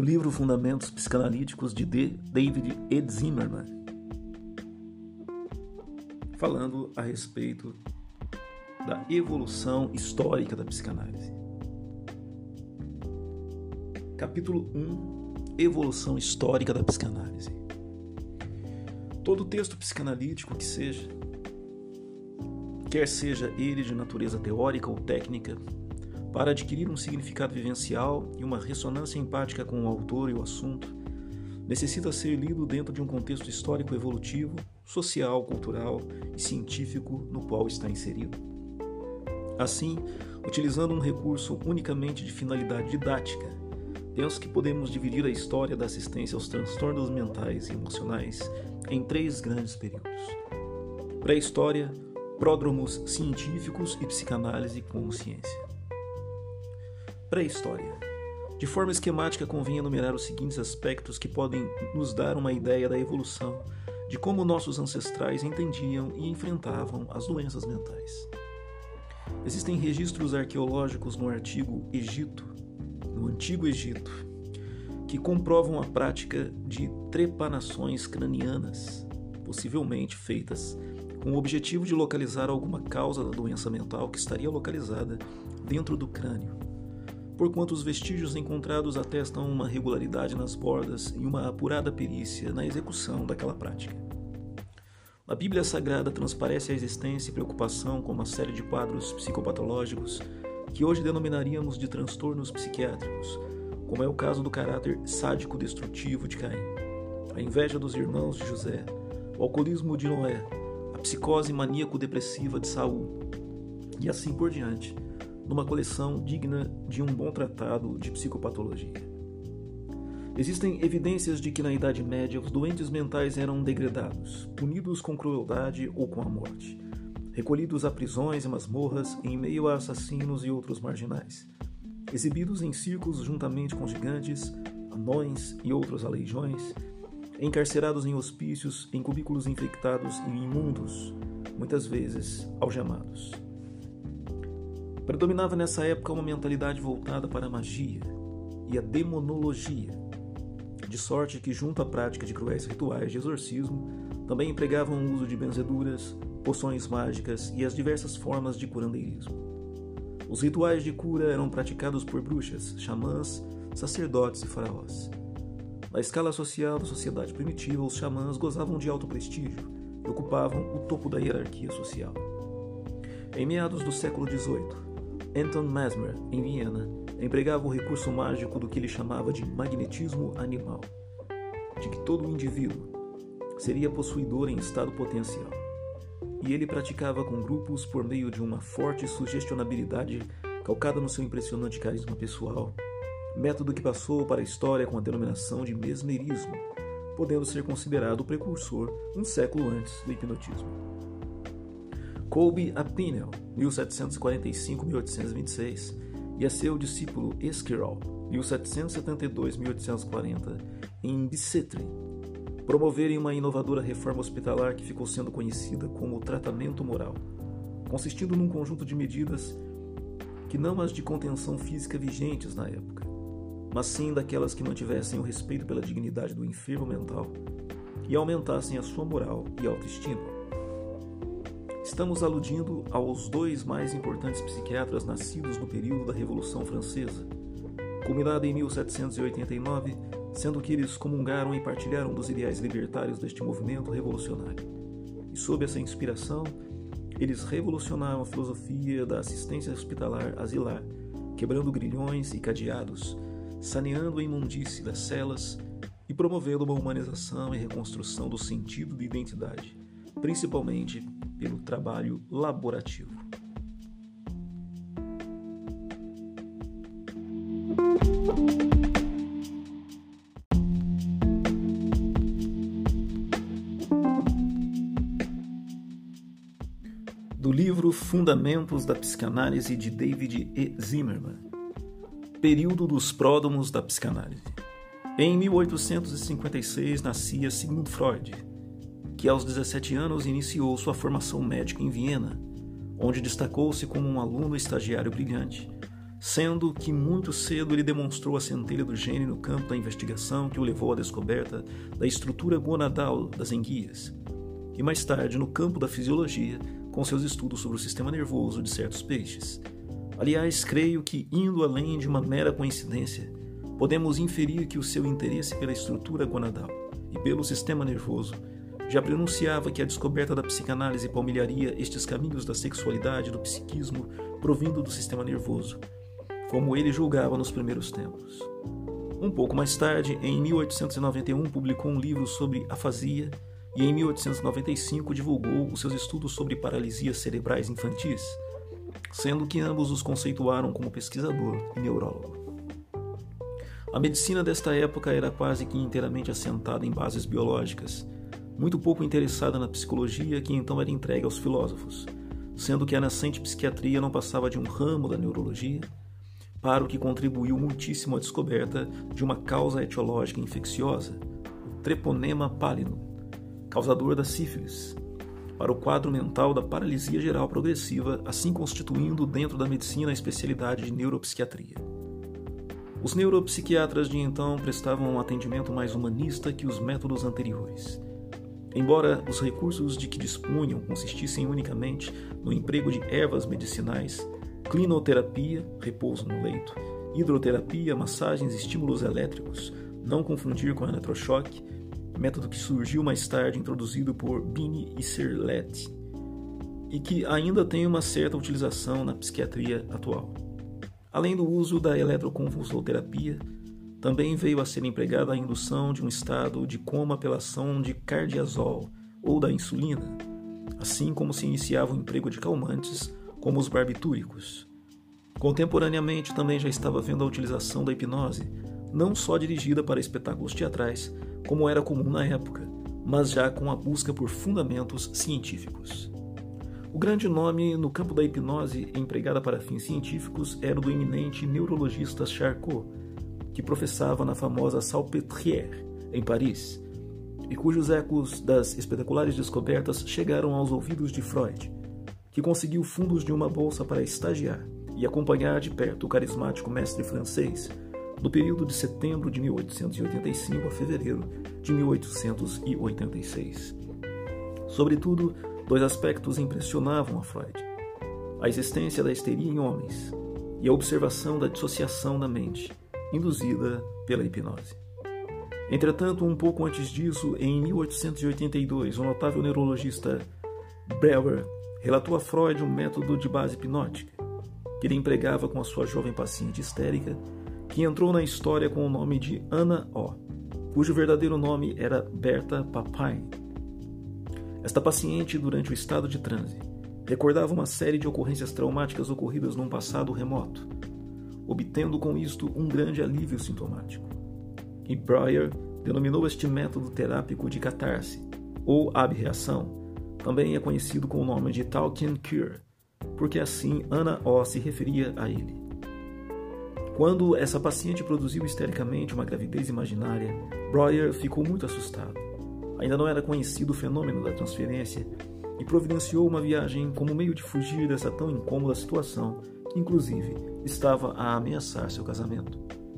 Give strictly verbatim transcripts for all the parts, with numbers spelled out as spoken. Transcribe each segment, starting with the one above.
livro Fundamentos Psicanalíticos de David E. Zimmerman, falando a respeito da evolução histórica da psicanálise. Capítulo um. Evolução histórica da psicanálise. Todo texto psicanalítico que seja, quer seja ele de natureza teórica ou técnica, para adquirir um significado vivencial e uma ressonância empática com o autor e o assunto, necessita ser lido dentro de um contexto histórico evolutivo, social, cultural e científico no qual está inserido. Assim, utilizando um recurso unicamente de finalidade didática, penso que podemos dividir a história da assistência aos transtornos mentais e emocionais em três grandes períodos: pré-história, pródromos científicos e psicanálise como ciência. Pré-história. De forma esquemática, convém enumerar os seguintes aspectos que podem nos dar uma ideia da evolução, de como nossos ancestrais entendiam e enfrentavam as doenças mentais. Existem registros arqueológicos no Antigo Egito, no Antigo Egito, que comprovam a prática de trepanações cranianas, possivelmente feitas com o objetivo de localizar alguma causa da doença mental que estaria localizada dentro do crânio, porquanto os vestígios encontrados atestam uma regularidade nas bordas e uma apurada perícia na execução daquela prática. Na Bíblia Sagrada transparece a existência e preocupação com uma série de quadros psicopatológicos que hoje denominaríamos de transtornos psiquiátricos, como é o caso do caráter sádico-destrutivo de Caim, a inveja dos irmãos de José, o alcoolismo de Noé, a psicose maníaco-depressiva de Saul, e assim por diante, numa coleção digna de um bom tratado de psicopatologia. Existem evidências de que na Idade Média os doentes mentais eram degradados, punidos com crueldade ou com a morte, recolhidos a prisões e masmorras em meio a assassinos e outros marginais, exibidos em circos juntamente com gigantes, anões e outros aleijões, encarcerados em hospícios, em cubículos infectados e imundos, muitas vezes algemados. Predominava nessa época uma mentalidade voltada para a magia e a demonologia, de sorte que, junto à prática de cruéis rituais de exorcismo, também empregavam o uso de benzeduras, poções mágicas e as diversas formas de curandeirismo. Os rituais de cura eram praticados por bruxas, xamãs, sacerdotes e faraós. Na escala social da sociedade primitiva, os xamãs gozavam de alto prestígio e ocupavam o topo da hierarquia social. Em meados do século dezoito, Anton Mesmer, em Viena, empregava o recurso mágico do que ele chamava de magnetismo animal, de que todo indivíduo seria possuidor em estado potencial, e ele praticava com grupos por meio de uma forte sugestionabilidade calcada no seu impressionante carisma pessoal, método que passou para a história com a denominação de mesmerismo, podendo ser considerado o precursor um século antes do hipnotismo. Kolbe Apinel, mil setecentos e quarenta e cinco a mil oitocentos e vinte e seis, e a seu discípulo Esquirol, mil setecentos e setenta e dois a mil oitocentos e quarenta, em Bicêtre, promoverem uma inovadora reforma hospitalar que ficou sendo conhecida como tratamento moral, consistindo num conjunto de medidas que não as de contenção física vigentes na época, mas sim daquelas que mantivessem o respeito pela dignidade do enfermo mental e aumentassem a sua moral e autoestima. Estamos aludindo aos dois mais importantes psiquiatras nascidos no período da Revolução Francesa, culminada em mil setecentos e oitenta e nove, sendo que eles comungaram e partilharam dos ideais libertários deste movimento revolucionário. E sob essa inspiração, eles revolucionaram a filosofia da assistência hospitalar asilar, quebrando grilhões e cadeados, saneando a imundície das celas e promovendo uma humanização e reconstrução do sentido de identidade, principalmente pelo trabalho laborativo. Do livro Fundamentos da Psicanálise de David E. Zimmerman, período dos pródromos da psicanálise. Em mil oitocentos e cinquenta e seis nascia Sigmund Freud, que aos dezessete anos iniciou sua formação médica em Viena, onde destacou-se como um aluno estagiário brilhante, sendo que muito cedo ele demonstrou a centelha do gênio no campo da investigação que o levou à descoberta da estrutura gonadal das enguias, e mais tarde no campo da fisiologia com seus estudos sobre o sistema nervoso de certos peixes. Aliás, creio que, indo além de uma mera coincidência, podemos inferir que o seu interesse pela estrutura gonadal e pelo sistema nervoso já prenunciava que a descoberta da psicanálise palmilharia estes caminhos da sexualidade e do psiquismo provindo do sistema nervoso, como ele julgava nos primeiros tempos. Um pouco mais tarde, em mil oitocentos e noventa e um, publicou um livro sobre afasia e em mil oitocentos e noventa e cinco divulgou os seus estudos sobre paralisias cerebrais infantis, sendo que ambos os conceituaram como pesquisador e neurólogo. A medicina desta época era quase que inteiramente assentada em bases biológicas, muito pouco interessada na psicologia que então era entregue aos filósofos, sendo que a nascente psiquiatria não passava de um ramo da neurologia, para o que contribuiu muitíssimo à descoberta de uma causa etiológica infecciosa, o treponema pallidum, causador da sífilis, para o quadro mental da paralisia geral progressiva, assim constituindo dentro da medicina a especialidade de neuropsiquiatria. Os neuropsiquiatras de então prestavam um atendimento mais humanista que os métodos anteriores. Embora os recursos de que dispunham consistissem unicamente no emprego de ervas medicinais, clinoterapia, repouso no leito, hidroterapia, massagens e estímulos elétricos, não confundir com eletrochoque, método que surgiu mais tarde introduzido por Binet e Serlet, e que ainda tem uma certa utilização na psiquiatria atual. Além do uso da eletroconvulsoterapia, também veio a ser empregada a indução de um estado de coma pela ação de cardiazol ou da insulina, assim como se iniciava o emprego de calmantes, como os barbitúricos. Contemporaneamente também já estava vendo a utilização da hipnose, não só dirigida para espetáculos teatrais, como era comum na época, mas já com a busca por fundamentos científicos. O grande nome no campo da hipnose empregada para fins científicos era o do eminente neurologista Charcot, que professava na famosa Salpêtrière, em Paris, e cujos ecos das espetaculares descobertas chegaram aos ouvidos de Freud, que conseguiu fundos de uma bolsa para estagiar e acompanhar de perto o carismático mestre francês no período de setembro de mil oitocentos e oitenta e cinco a fevereiro de mil oitocentos e oitenta e seis. Sobretudo, dois aspectos impressionavam a Freud: a existência da histeria em homens e a observação da dissociação da mente, induzida pela hipnose. Entretanto, um pouco antes disso, em mil oitocentos e oitenta e dois, o notável neurologista Breuer relatou a Freud um método de base hipnótica que ele empregava com a sua jovem paciente histérica, que entrou na história com o nome de Anna O, cujo verdadeiro nome era Bertha Papin. Esta paciente, durante o estado de transe, recordava uma série de ocorrências traumáticas ocorridas num passado remoto, obtendo com isto um grande alívio sintomático. E Breuer denominou este método terápico de catarse, ou abreação. Também é conhecido com o nome de Talking Cure, porque assim Anna O se referia a ele. Quando essa paciente produziu histericamente uma gravidez imaginária, Breuer ficou muito assustado. Ainda não era conhecido o fenômeno da transferência e providenciou uma viagem como meio de fugir dessa tão incômoda situação que, inclusive, estava a ameaçar seu casamento.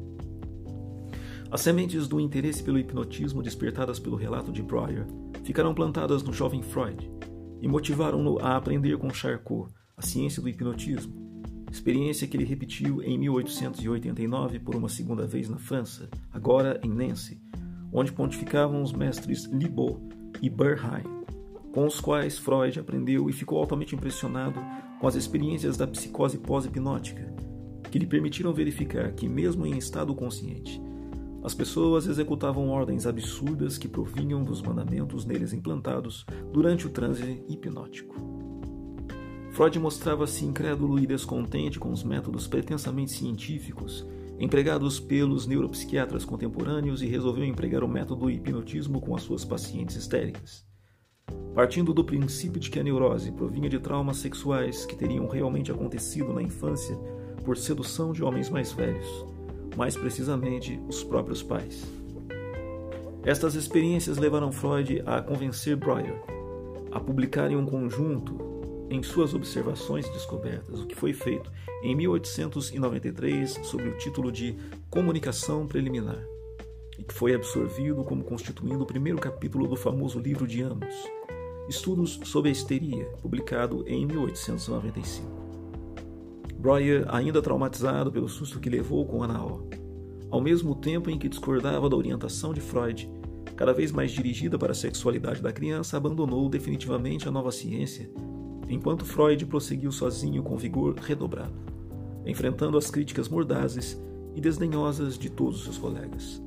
As sementes do interesse pelo hipnotismo despertadas pelo relato de Breuer ficaram plantadas no jovem Freud e motivaram-no a aprender com Charcot a ciência do hipnotismo, experiência que ele repetiu em mil oitocentos e oitenta e nove por uma segunda vez na França, agora em Nancy, onde pontificavam os mestres Libot e Bernheim, com os quais Freud aprendeu e ficou altamente impressionado com as experiências da psicose pós-hipnótica, que lhe permitiram verificar que, mesmo em estado consciente, as pessoas executavam ordens absurdas que provinham dos mandamentos neles implantados durante o transe hipnótico. Freud mostrava-se incrédulo e descontente com os métodos pretensamente científicos empregados pelos neuropsiquiatras contemporâneos e resolveu empregar o método do hipnotismo com as suas pacientes histéricas. Partindo do princípio de que a neurose provinha de traumas sexuais que teriam realmente acontecido na infância por sedução de homens mais velhos, mais precisamente os próprios pais. Estas experiências levaram Freud a convencer Breuer a publicar em um conjunto em suas observações e descobertas o que foi feito em mil oitocentos e noventa e três sob o título de Comunicação Preliminar, e que foi absorvido como constituindo o primeiro capítulo do famoso livro de Amos, Estudos sobre a Histeria, publicado em mil oitocentos e noventa e cinco. Breuer, ainda traumatizado pelo susto que levou com Ana O, ao mesmo tempo em que discordava da orientação de Freud, cada vez mais dirigida para a sexualidade da criança, abandonou definitivamente a nova ciência, enquanto Freud prosseguiu sozinho com vigor redobrado, enfrentando as críticas mordazes e desdenhosas de todos os seus colegas.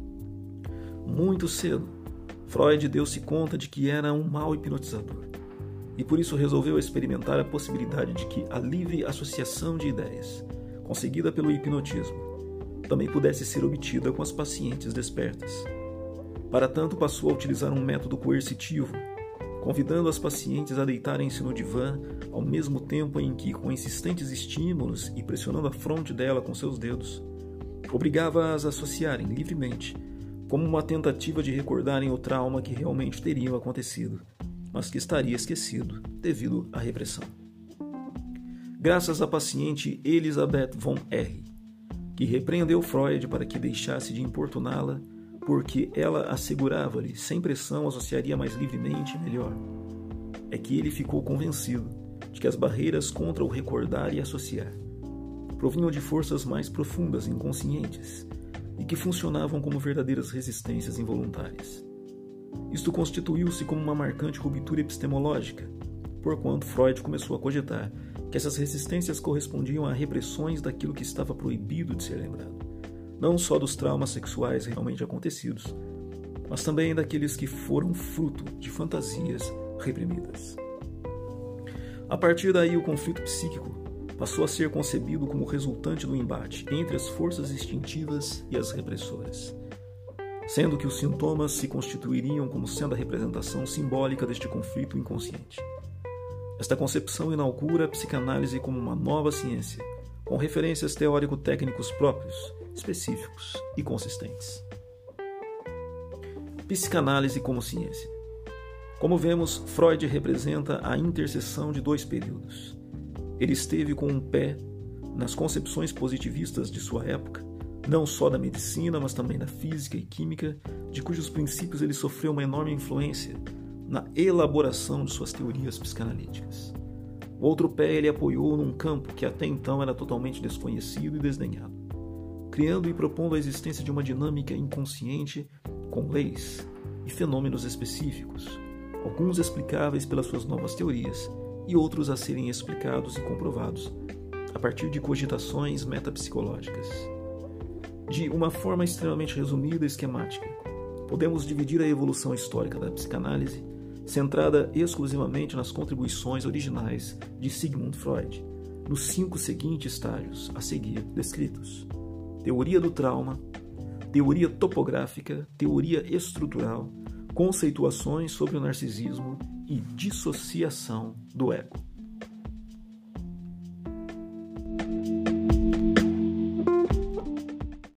Muito cedo, Freud deu-se conta de que era um mau hipnotizador, e por isso resolveu experimentar a possibilidade de que a livre associação de ideias, conseguida pelo hipnotismo, também pudesse ser obtida com as pacientes despertas. Para tanto, passou a utilizar um método coercitivo, convidando as pacientes a deitarem-se no divã, ao mesmo tempo em que, com insistentes estímulos e pressionando a fronte dela com seus dedos, obrigava-as a associarem livremente, como uma tentativa de recordarem o trauma que realmente teriam acontecido, mas que estaria esquecido devido à repressão. Graças à paciente Elisabeth von R., que repreendeu Freud para que deixasse de importuná-la, porque ela assegurava-lhe, sem pressão, associaria mais livremente e melhor. É que ele ficou convencido de que as barreiras contra o recordar e associar provinham de forças mais profundas e inconscientes e que funcionavam como verdadeiras resistências involuntárias. Isto constituiu-se como uma marcante ruptura epistemológica, porquanto Freud começou a cogitar que essas resistências correspondiam a repressões daquilo que estava proibido de ser lembrado, não só dos traumas sexuais realmente acontecidos, mas também daqueles que foram fruto de fantasias reprimidas. A partir daí, o conflito psíquico passou a ser concebido como resultante do embate entre as forças instintivas e as repressoras, sendo que os sintomas se constituiriam como sendo a representação simbólica deste conflito inconsciente. Esta concepção inaugura a psicanálise como uma nova ciência, com referências teórico-técnicos próprios, específicos e consistentes. Psicanálise como ciência. Como vemos, Freud representa a interseção de dois períodos. Ele esteve com um pé nas concepções positivistas de sua época, não só da medicina, mas também da física e química, de cujos princípios ele sofreu uma enorme influência na elaboração de suas teorias psicanalíticas. O outro pé ele apoiou num campo que até então era totalmente desconhecido e desdenhado, criando e propondo a existência de uma dinâmica inconsciente com leis e fenômenos específicos, alguns explicáveis pelas suas novas teorias e outros a serem explicados e comprovados a partir de cogitações metapsicológicas. De uma forma extremamente resumida e esquemática, podemos dividir a evolução histórica da psicanálise, centrada exclusivamente nas contribuições originais de Sigmund Freud, nos cinco seguintes estágios a seguir descritos: teoria do trauma, teoria topográfica, teoria estrutural, conceituações sobre o narcisismo e dissociação do ego.